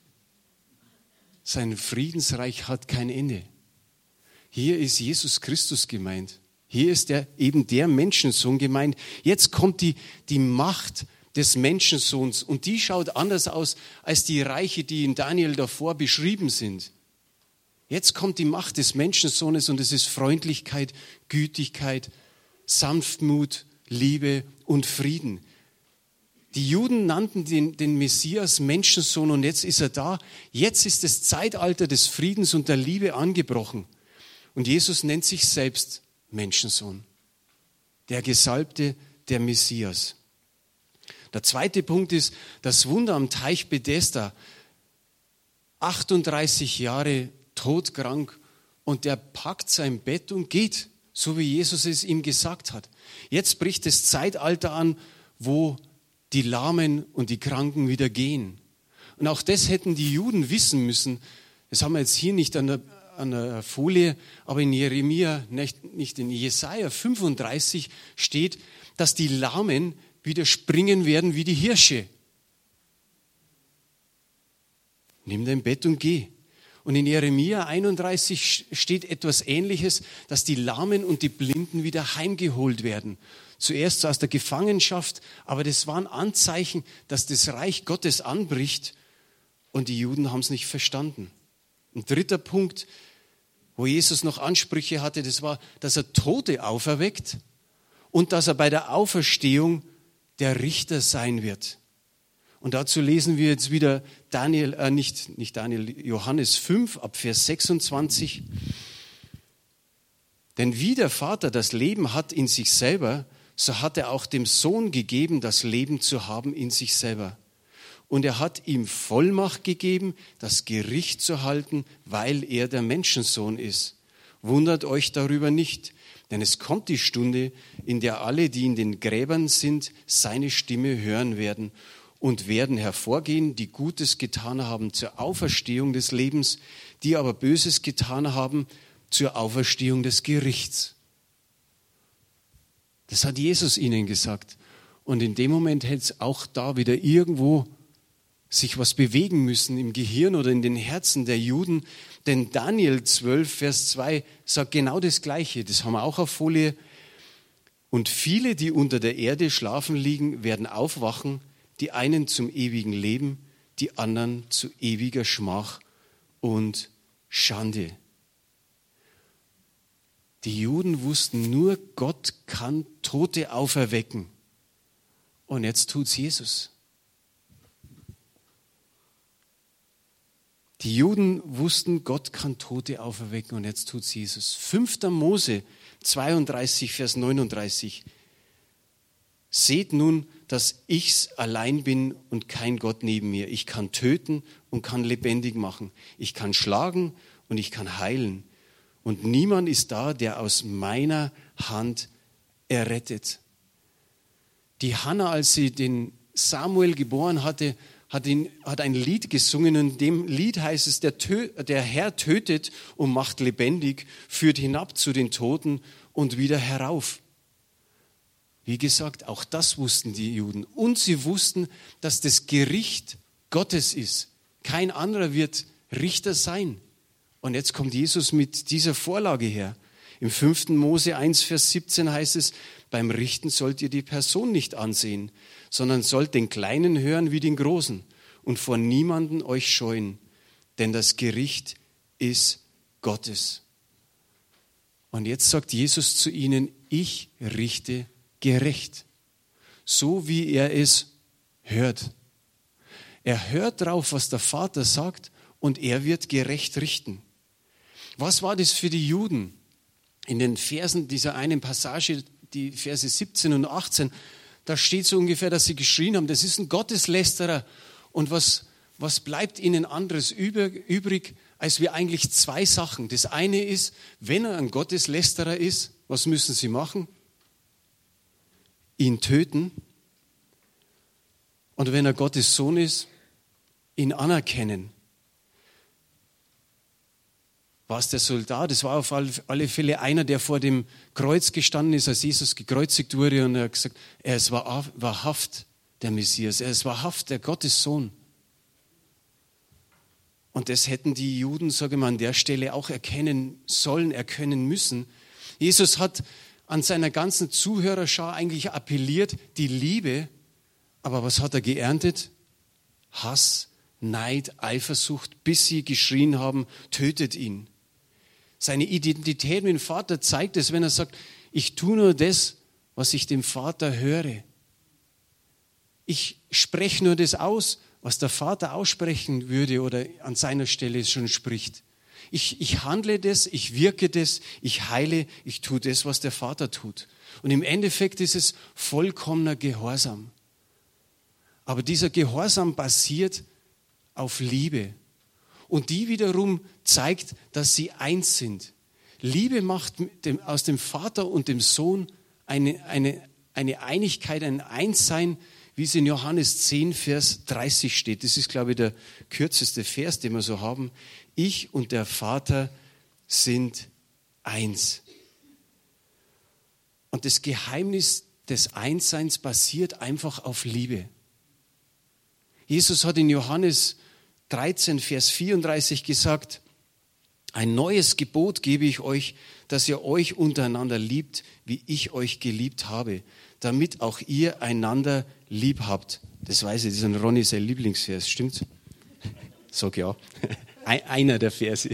Sein Friedensreich hat kein Ende. Hier ist Jesus Christus gemeint. Hier ist eben der Menschensohn gemeint. Jetzt kommt die Macht des Menschensohns und die schaut anders aus als die Reiche, die in Daniel davor beschrieben sind. Jetzt kommt die Macht des Menschensohnes und es ist Freundlichkeit, Gütigkeit, Sanftmut, Liebe und Frieden. Die Juden nannten den Messias Menschensohn und jetzt ist er da. Jetzt ist das Zeitalter des Friedens und der Liebe angebrochen. Und Jesus nennt sich selbst Menschensohn, der Gesalbte, der Messias. Der zweite Punkt ist das Wunder am Teich Bethesda. 38 Jahre todkrank und der packt sein Bett und geht, so wie Jesus es ihm gesagt hat. Jetzt bricht das Zeitalter an, wo die Lahmen und die Kranken wieder gehen. Und auch das hätten die Juden wissen müssen. Das haben wir jetzt hier nicht an der Folie, aber in Jeremia, nicht in Jesaja 35 steht, dass die Lahmen wieder springen werden wie die Hirsche. Nimm dein Bett und geh. Und in Jeremia 31 steht etwas Ähnliches, dass die Lahmen und die Blinden wieder heimgeholt werden. Zuerst aus der Gefangenschaft, aber das waren Anzeichen, dass das Reich Gottes anbricht und die Juden haben es nicht verstanden. Ein dritter Punkt, wo Jesus noch Ansprüche hatte, das war, dass er Tote auferweckt und dass er bei der Auferstehung der Richter sein wird. Und dazu lesen wir jetzt wieder Johannes 5 ab Vers 26. Denn wie der Vater das Leben hat in sich selber, so hat er auch dem Sohn gegeben, das Leben zu haben in sich selber. Und er hat ihm Vollmacht gegeben, das Gericht zu halten, weil er der Menschensohn ist. Wundert euch darüber nicht, denn es kommt die Stunde, in der alle, die in den Gräbern sind, seine Stimme hören werden und werden hervorgehen, die Gutes getan haben zur Auferstehung des Lebens, die aber Böses getan haben zur Auferstehung des Gerichts. Das hat Jesus ihnen gesagt. Und in dem Moment hätte es auch da wieder irgendwo sich was bewegen müssen im Gehirn oder in den Herzen der Juden. Denn Daniel 12, Vers 2 sagt genau das Gleiche. Das haben wir auch auf Folie. Und viele, die unter der Erde schlafen liegen, werden aufwachen, die einen zum ewigen Leben, die anderen zu ewiger Schmach und Schande. Die Juden wussten nur, Gott kann Tote auferwecken. Und jetzt tut's Jesus. Die Juden wussten, Gott kann Tote auferwecken und jetzt tut's Jesus. 5. Mose 32, Vers 39. Seht nun, dass ich's allein bin und kein Gott neben mir. Ich kann töten und kann lebendig machen. Ich kann schlagen und ich kann heilen. und niemand ist da, der aus meiner Hand errettet. Die Hannah, als sie den Samuel geboren hatte, hat ein Lied gesungen. Und in dem Lied heißt es, der Herr tötet und macht lebendig, führt hinab zu den Toten und wieder herauf. Wie gesagt, auch das wussten die Juden. Und sie wussten, dass das Gericht Gottes ist. Kein anderer wird Richter sein. Und jetzt kommt Jesus mit dieser Vorlage her. Im 5. Mose 1, Vers 17 heißt es, beim Richten sollt ihr die Person nicht ansehen, sondern sollt den Kleinen hören wie den Großen und vor niemanden euch scheuen, denn das Gericht ist Gottes. Und jetzt sagt Jesus zu ihnen, ich richte gerecht, so wie er es hört. Er hört drauf, was der Vater sagt, und er wird gerecht richten. Was war das für die Juden? In den Versen dieser einen Passage, die Verse 17 und 18, da steht so ungefähr, dass sie geschrien haben, das ist ein Gotteslästerer. Und was bleibt ihnen anderes übrig, als wir eigentlich zwei Sachen. Das eine ist, wenn er ein Gotteslästerer ist, was müssen sie machen? Ihn töten. Und wenn er Gottes Sohn ist, ihn anerkennen. War es der Soldat? Es war auf alle Fälle einer, der vor dem Kreuz gestanden ist, als Jesus gekreuzigt wurde, und er hat gesagt, er ist wahrhaft der Messias, er ist wahrhaft der Gottes Sohn. Und das hätten die Juden, sage ich mal, an der Stelle auch erkennen sollen, erkennen müssen. Jesus hat an seiner ganzen Zuhörerschar eigentlich appelliert, die Liebe, aber was hat er geerntet? Hass, Neid, Eifersucht, bis sie geschrien haben, tötet ihn. Seine Identität mit dem Vater zeigt es, wenn er sagt, ich tue nur das, was ich dem Vater höre. Ich spreche nur das aus, was der Vater aussprechen würde oder an seiner Stelle schon spricht. Ich handle das, ich wirke das, ich heile, ich tue das, was der Vater tut. Und im Endeffekt ist es vollkommener Gehorsam. Aber dieser Gehorsam basiert auf Liebe. Und die wiederum zeigt, dass sie eins sind. Liebe macht aus dem Vater und dem Sohn eine Einigkeit, ein Einssein, wie es in Johannes 10, Vers 30 steht. Das ist, glaube ich, der kürzeste Vers, den wir so haben. Ich und der Vater sind eins. Und das Geheimnis des Einsseins basiert einfach auf Liebe. Jesus hat in Johannes 13, Vers 34 gesagt, ein neues Gebot gebe ich euch, dass ihr euch untereinander liebt, wie ich euch geliebt habe, damit auch ihr einander lieb habt. Das weiß ich, das ist ein Ronny sein Lieblingsvers, stimmt's? Sag ja. Einer der Verse.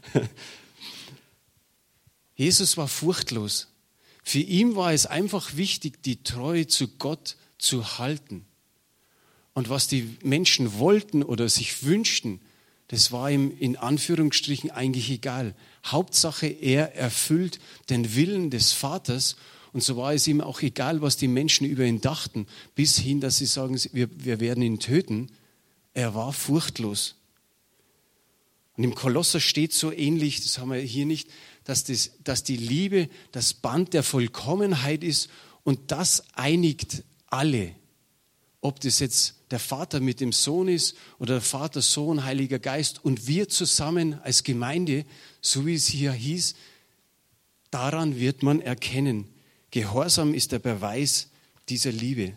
Jesus war furchtlos. Für ihn war es einfach wichtig, die Treue zu Gott zu halten. Und was die Menschen wollten oder sich wünschten, das war ihm in Anführungsstrichen eigentlich egal. Hauptsache, er erfüllt den Willen des Vaters. Und so war es ihm auch egal, was die Menschen über ihn dachten, bis hin, dass sie sagen, wir werden ihn töten. Er war furchtlos. Und im Kolosser steht so ähnlich, das haben wir hier nicht, dass die Liebe das Band der Vollkommenheit ist und das einigt alle. Ob das jetzt der Vater mit dem Sohn ist oder der Vater, Sohn, Heiliger Geist und wir zusammen als Gemeinde, so wie es hier hieß, daran wird man erkennen. Gehorsam ist der Beweis dieser Liebe.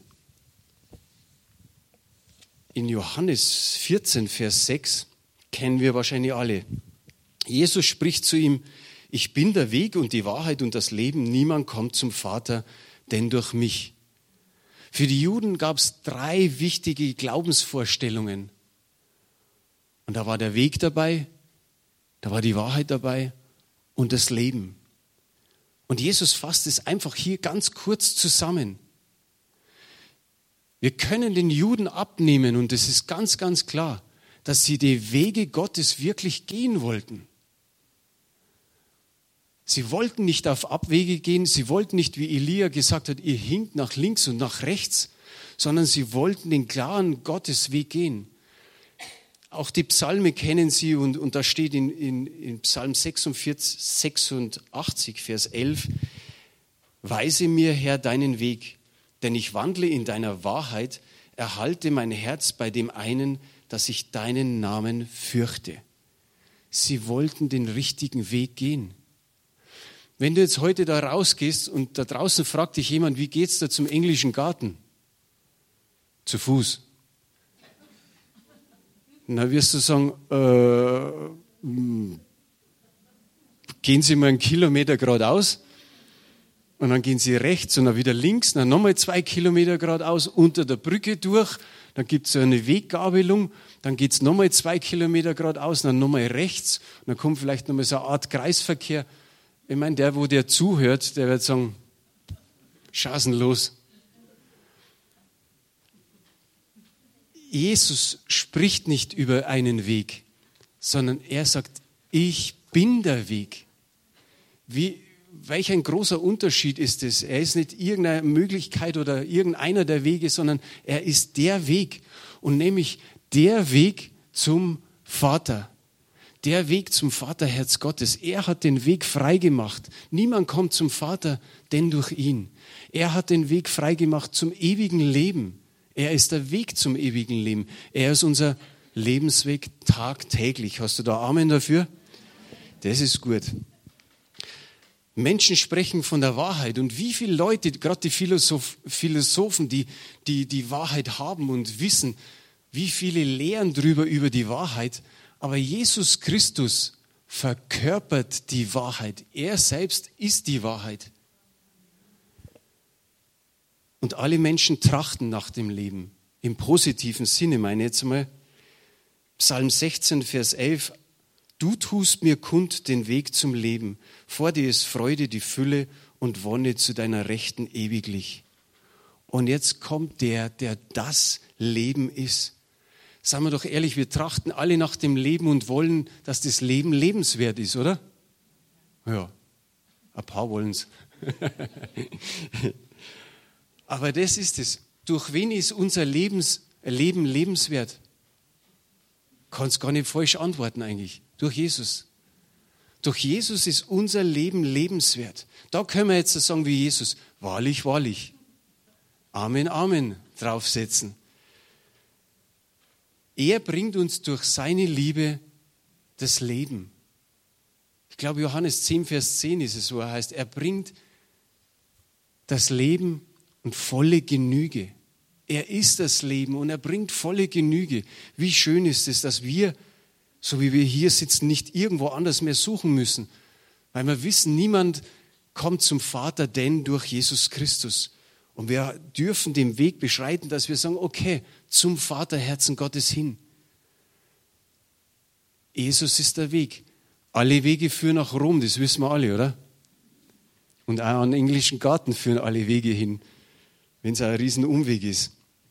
In Johannes 14, Vers 6 kennen wir wahrscheinlich alle. Jesus spricht zu ihm, ich bin der Weg und die Wahrheit und das Leben. Niemand kommt zum Vater, denn durch mich. Für die Juden gab es 3 wichtige Glaubensvorstellungen. Und da war der Weg dabei, da war die Wahrheit dabei und das Leben. Und Jesus fasst es einfach hier ganz kurz zusammen. Wir können den Juden abnehmen, und es ist ganz, ganz klar, dass sie die Wege Gottes wirklich gehen wollten. Sie wollten nicht auf Abwege gehen, sie wollten nicht, wie Elia gesagt hat, ihr hinkt nach links und nach rechts, sondern sie wollten den klaren Gottesweg gehen. auch die Psalme kennen Sie und da steht in Psalm 86, Vers 11, weise mir, Herr, deinen Weg, denn ich wandle in deiner Wahrheit, erhalte mein Herz bei dem einen, dass ich deinen Namen fürchte. Sie wollten den richtigen Weg gehen. Wenn du jetzt heute da rausgehst und da draußen fragt dich jemand, wie geht's da zum englischen Garten? Zu Fuß. Und dann wirst du sagen, gehen Sie mal 1 Kilometer geradeaus und dann gehen Sie rechts und dann wieder links, dann nochmal 2 Kilometer geradeaus unter der Brücke durch, dann gibt es so eine Weggabelung, dann geht es nochmal 2 Kilometer geradeaus, dann nochmal rechts und dann kommt vielleicht nochmal so eine Art Kreisverkehr. Ich meine, der, wo der zuhört, der wird sagen, chancenlos. Jesus spricht nicht über einen Weg, sondern er sagt, ich bin der Weg. Welch ein großer Unterschied ist es. Er ist nicht irgendeine Möglichkeit oder irgendeiner der Wege, sondern er ist der Weg. Und nämlich der Weg zum Vater. Der Weg zum Vaterherz Gottes. Er hat den Weg freigemacht. Niemand kommt zum Vater, denn durch ihn. Er hat den Weg freigemacht zum ewigen Leben. Er ist der Weg zum ewigen Leben. Er ist unser Lebensweg tagtäglich. Hast du da Amen dafür? Das ist gut. Menschen sprechen von der Wahrheit. Und wie viele Leute, gerade die Philosophen, die Wahrheit haben und wissen, wie viele lehren drüber über die Wahrheit. Aber Jesus Christus verkörpert die Wahrheit. Er selbst ist die Wahrheit. Und alle Menschen trachten nach dem Leben. Im positiven Sinne meine ich jetzt mal. Psalm 16, Vers 11. Du tust mir kund den Weg zum Leben. Vor dir ist Freude, die Fülle und Wonne zu deiner Rechten ewiglich. Und jetzt kommt der das Leben ist. Sagen wir doch ehrlich, wir trachten alle nach dem Leben und wollen, dass das Leben lebenswert ist, oder? Ja, ein paar wollen es. Aber das ist es. Durch wen ist unser Leben lebenswert? Kannst gar nicht falsch antworten eigentlich. Durch Jesus. Durch Jesus ist unser Leben lebenswert. Da können wir jetzt sagen wie Jesus, wahrlich, wahrlich. Amen, Amen draufsetzen. Er bringt uns durch seine Liebe das Leben. Ich glaube, Johannes 10, Vers 10 ist es, wo er heißt, er bringt das Leben und volle Genüge. Er ist das Leben und er bringt volle Genüge. Wie schön ist es, dass wir, so wie wir hier sitzen, nicht irgendwo anders mehr suchen müssen. Weil wir wissen, niemand kommt zum Vater, denn durch Jesus Christus. Und wir dürfen den Weg beschreiten, dass wir sagen, okay, zum Vaterherzen Gottes hin. Jesus ist der Weg. Alle Wege führen nach Rom, das wissen wir alle, oder? Und auch an den englischen Garten führen alle Wege hin, wenn es ein Riesenumweg ist.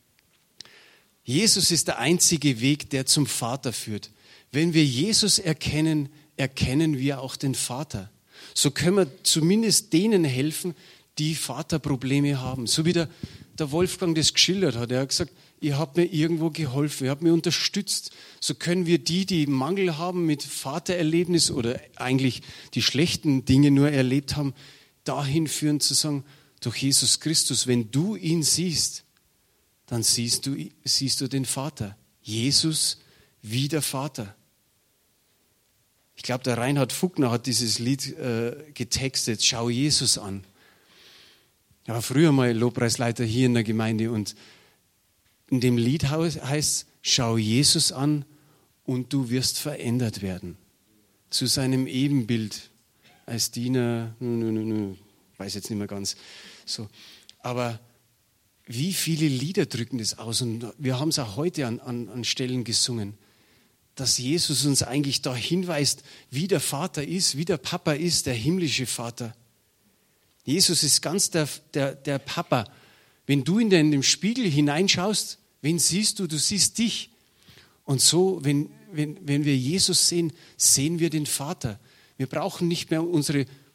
Jesus ist der einzige Weg, der zum Vater führt. Wenn wir Jesus erkennen, erkennen wir auch den Vater. So können wir zumindest denen helfen, die Vaterprobleme haben. So wie der Wolfgang das geschildert hat. Er hat gesagt, ihr habt mir irgendwo geholfen, ihr habt mir unterstützt. So können wir die Mangel haben mit Vatererlebnis oder eigentlich die schlechten Dinge nur erlebt haben, dahin führen zu sagen, durch Jesus Christus, wenn du ihn siehst, dann siehst du den Vater. Jesus wie der Vater. Ich glaube, der Reinhard Fuckner hat dieses Lied getextet, Schau Jesus an. Er war früher mal Lobpreisleiter hier in der Gemeinde und in dem Lied heißt es, schau Jesus an und du wirst verändert werden. Zu seinem Ebenbild als Diener, weiß jetzt nicht mehr ganz so. Aber wie viele Lieder drücken das aus? Und wir haben es auch heute an Stellen gesungen, dass Jesus uns eigentlich da hinweist, wie der Vater ist, wie der Papa ist, der himmlische Vater. Jesus ist ganz der Papa. Wenn du in den Spiegel hineinschaust, wen siehst du? Du siehst dich. Und so, wenn wir Jesus sehen, sehen wir den Vater. Wir brauchen nicht mehr unsere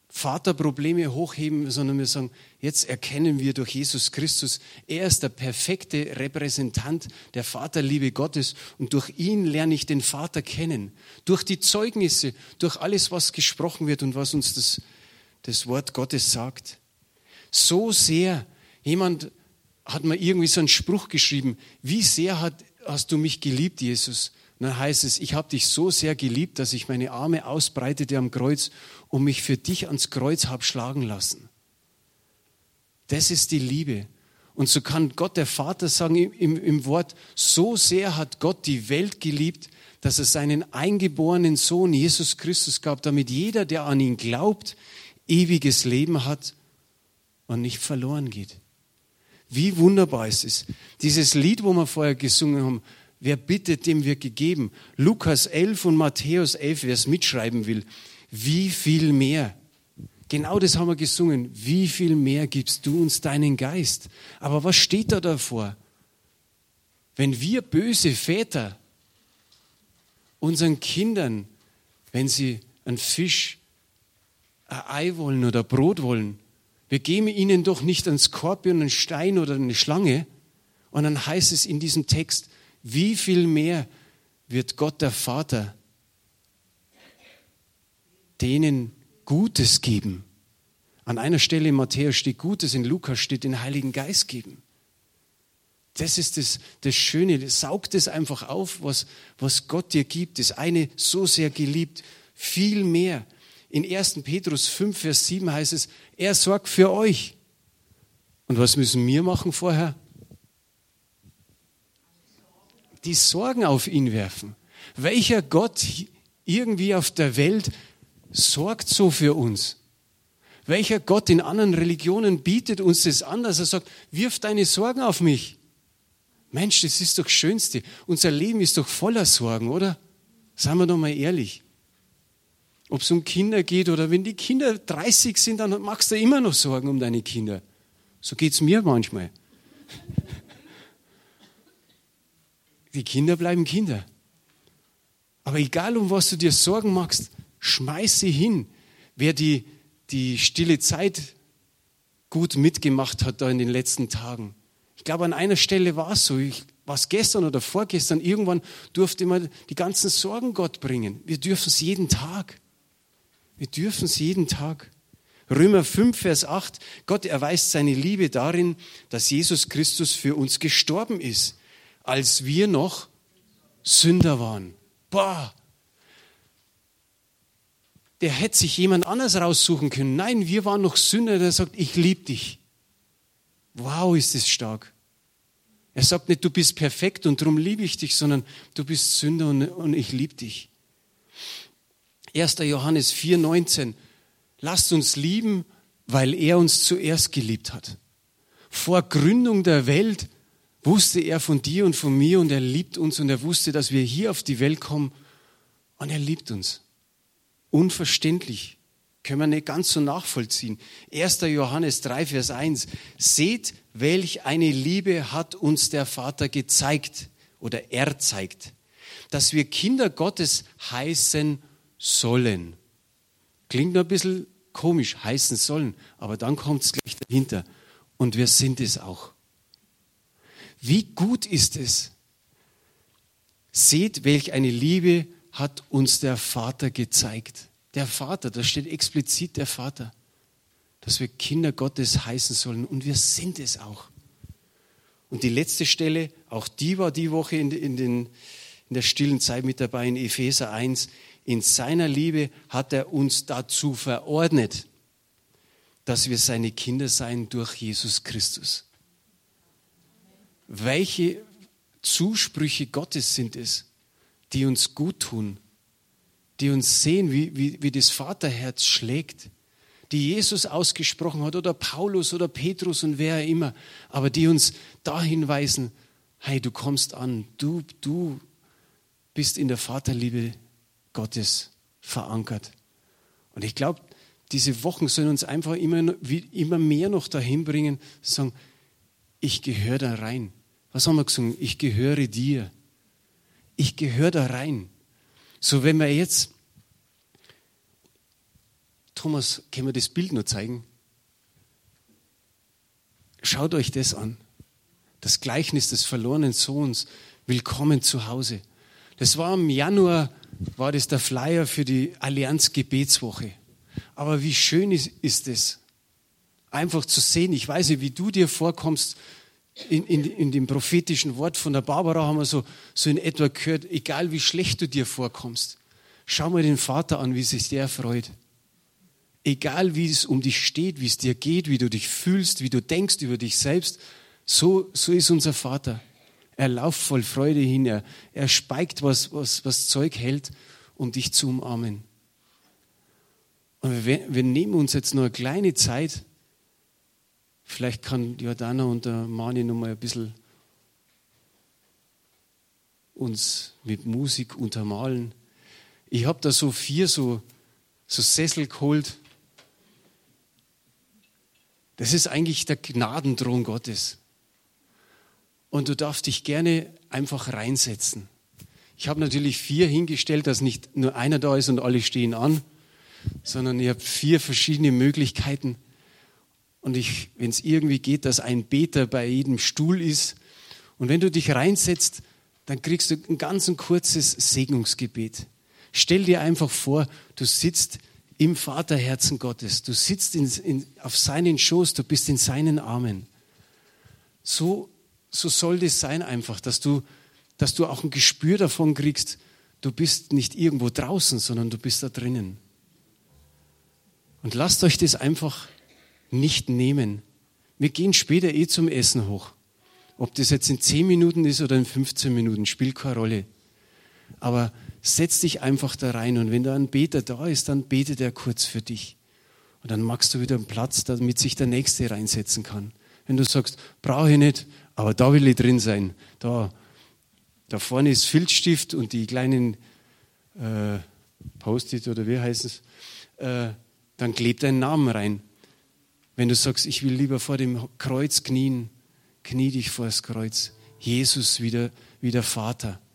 Vaterprobleme hochheben, sondern wir sagen, jetzt erkennen wir durch Jesus Christus, er ist der perfekte Repräsentant der Vaterliebe Gottes und durch ihn lerne ich den Vater kennen. Durch die Zeugnisse, durch alles, was gesprochen wird und was uns das Wort Gottes sagt. So sehr, jemand hat mir irgendwie so einen Spruch geschrieben, wie sehr hast du mich geliebt, Jesus? Und dann heißt es, ich habe dich so sehr geliebt, dass ich meine Arme ausbreitete am Kreuz und mich für dich ans Kreuz habe schlagen lassen. Das ist die Liebe. Und so kann Gott, der Vater, sagen im Wort, so sehr hat Gott die Welt geliebt, dass er seinen eingeborenen Sohn Jesus Christus gab, damit jeder, der an ihn glaubt, ewiges Leben hat und nicht verloren geht. Wie wunderbar ist es. Dieses Lied, wo wir vorher gesungen haben, wer bittet, dem wird gegeben. Lukas 11 und Matthäus 11, wer es mitschreiben will. Wie viel mehr? Genau das haben wir gesungen. Wie viel mehr gibst du uns deinen Geist? Aber was steht da davor? Wenn wir böse Väter unseren Kindern, wenn sie einen Fisch, ein Ei wollen oder Brot wollen, wir geben ihnen doch nicht einen Skorpion, einen Stein oder eine Schlange. Und dann heißt es in diesem Text, wie viel mehr wird Gott der Vater denen Gutes geben. An einer Stelle in Matthäus steht Gutes, in Lukas steht den Heiligen Geist geben. Das ist das Schöne, das saugt es einfach auf, was Gott dir gibt. Das eine so sehr geliebt, viel mehr. In 1. Petrus 5, Vers 7 heißt es, er sorgt für euch. Und was müssen wir machen vorher? Die Sorgen auf ihn werfen. Welcher Gott irgendwie auf der Welt sorgt so für uns? Welcher Gott in anderen Religionen bietet uns das an, dass er sagt, wirf deine Sorgen auf mich? Mensch, das ist doch das Schönste. Unser Leben ist doch voller Sorgen, oder? Seien wir doch mal ehrlich. Ob es um Kinder geht oder wenn die Kinder 30 sind, dann machst du immer noch Sorgen um deine Kinder. So geht es mir manchmal. Die Kinder bleiben Kinder. Aber egal, um was du dir Sorgen machst, schmeiß sie hin. Wer die stille Zeit gut mitgemacht hat da in den letzten Tagen. Ich glaube, an einer Stelle war es so. War es gestern oder vorgestern? Irgendwann durfte man die ganzen Sorgen Gott bringen. Wir dürfen es jeden Tag. Wir dürfen es jeden Tag. Römer 5, Vers 8. Gott erweist seine Liebe darin, dass Jesus Christus für uns gestorben ist, als wir noch Sünder waren. Boah! Der hätte sich jemand anders raussuchen können. Nein, wir waren noch Sünder, der sagt, ich liebe dich. Wow, ist das stark. Er sagt nicht, du bist perfekt und darum liebe ich dich, sondern du bist Sünder und ich liebe dich. 1. Johannes 4,19. Lasst uns lieben, weil er uns zuerst geliebt hat. Vor Gründung der Welt wusste er von dir und von mir und er liebt uns und er wusste, dass wir hier auf die Welt kommen und er liebt uns. Unverständlich. Können wir nicht ganz so nachvollziehen. 1. Johannes 3, Vers 1. Seht, welch eine Liebe hat uns der Vater gezeigt oder erzeigt, dass wir Kinder Gottes heißen sollen. Klingt noch ein bisschen komisch, heißen sollen, aber dann kommt es gleich dahinter. Und wir sind es auch. Wie gut ist es? Seht, welch eine Liebe hat uns der Vater gezeigt. Der Vater, da steht explizit der Vater, dass wir Kinder Gottes heißen sollen und wir sind es auch. Und die letzte Stelle, auch die war die Woche in der stillen Zeit mit dabei in Epheser 1. In seiner Liebe hat er uns dazu verordnet, dass wir seine Kinder seien durch Jesus Christus. Welche Zusprüche Gottes sind es, die uns gut tun, die uns sehen, wie das Vaterherz schlägt, die Jesus ausgesprochen hat oder Paulus oder Petrus und wer immer, aber die uns dahin weisen, hey, du kommst an, du bist in der Vaterliebe Gottes verankert. Und ich glaube, diese Wochen sollen uns einfach immer mehr noch dahin bringen, zu sagen, ich gehöre da rein. Was haben wir gesungen? Ich gehöre dir. Ich gehöre da rein. So, wenn wir jetzt Thomas, können wir das Bild noch zeigen? Schaut euch das an. Das Gleichnis des verlorenen Sohns. Willkommen zu Hause. Das war im Januar, war das der Flyer für die Allianz Gebetswoche. Aber wie schön ist es, einfach zu sehen. Ich weiß nicht, wie du dir vorkommst. In dem prophetischen Wort von der Barbara haben wir so in etwa gehört, egal wie schlecht du dir vorkommst, schau mal den Vater an, wie sich der freut. Egal wie es um dich steht, wie es dir geht, wie du dich fühlst, wie du denkst über dich selbst, so ist unser Vater. Er lauft voll Freude hin, er speigt, was Zeug hält, um dich zu umarmen. Und wir nehmen uns jetzt nur eine kleine Zeit. Vielleicht kann Jordana und der Mani noch mal ein bisschen uns mit Musik untermalen. Ich habe da so 4 so Sessel geholt. Das ist eigentlich der Gnadenthron Gottes. Und du darfst dich gerne einfach reinsetzen. Ich habe natürlich 4 hingestellt, dass nicht nur einer da ist und alle stehen an, sondern ich habe 4 verschiedene Möglichkeiten. Und wenn es irgendwie geht, dass ein Beter bei jedem Stuhl ist. Und wenn du dich reinsetzt, dann kriegst du ein ganz kurzes Segnungsgebet. Stell dir einfach vor, du sitzt im Vaterherzen Gottes. Du sitzt auf seinen Schoß, du bist in seinen Armen. So soll das sein einfach, dass du auch ein Gespür davon kriegst, du bist nicht irgendwo draußen, sondern du bist da drinnen. Und lasst euch das einfach nicht nehmen. Wir gehen später zum Essen hoch. Ob das jetzt in 10 Minuten ist oder in 15 Minuten, spielt keine Rolle. Aber setz dich einfach da rein und wenn da ein Beter da ist, dann betet er kurz für dich. Und dann machst du wieder einen Platz, damit sich der Nächste reinsetzen kann. Wenn du sagst, brauche ich nicht, aber da will ich drin sein. Da vorne ist Filzstift und die kleinen Post-it oder wie heißt es, dann klebt deinen Namen rein. Wenn du sagst, ich will lieber vor dem Kreuz knien, knie dich vor das Kreuz. Jesus wie der Vater.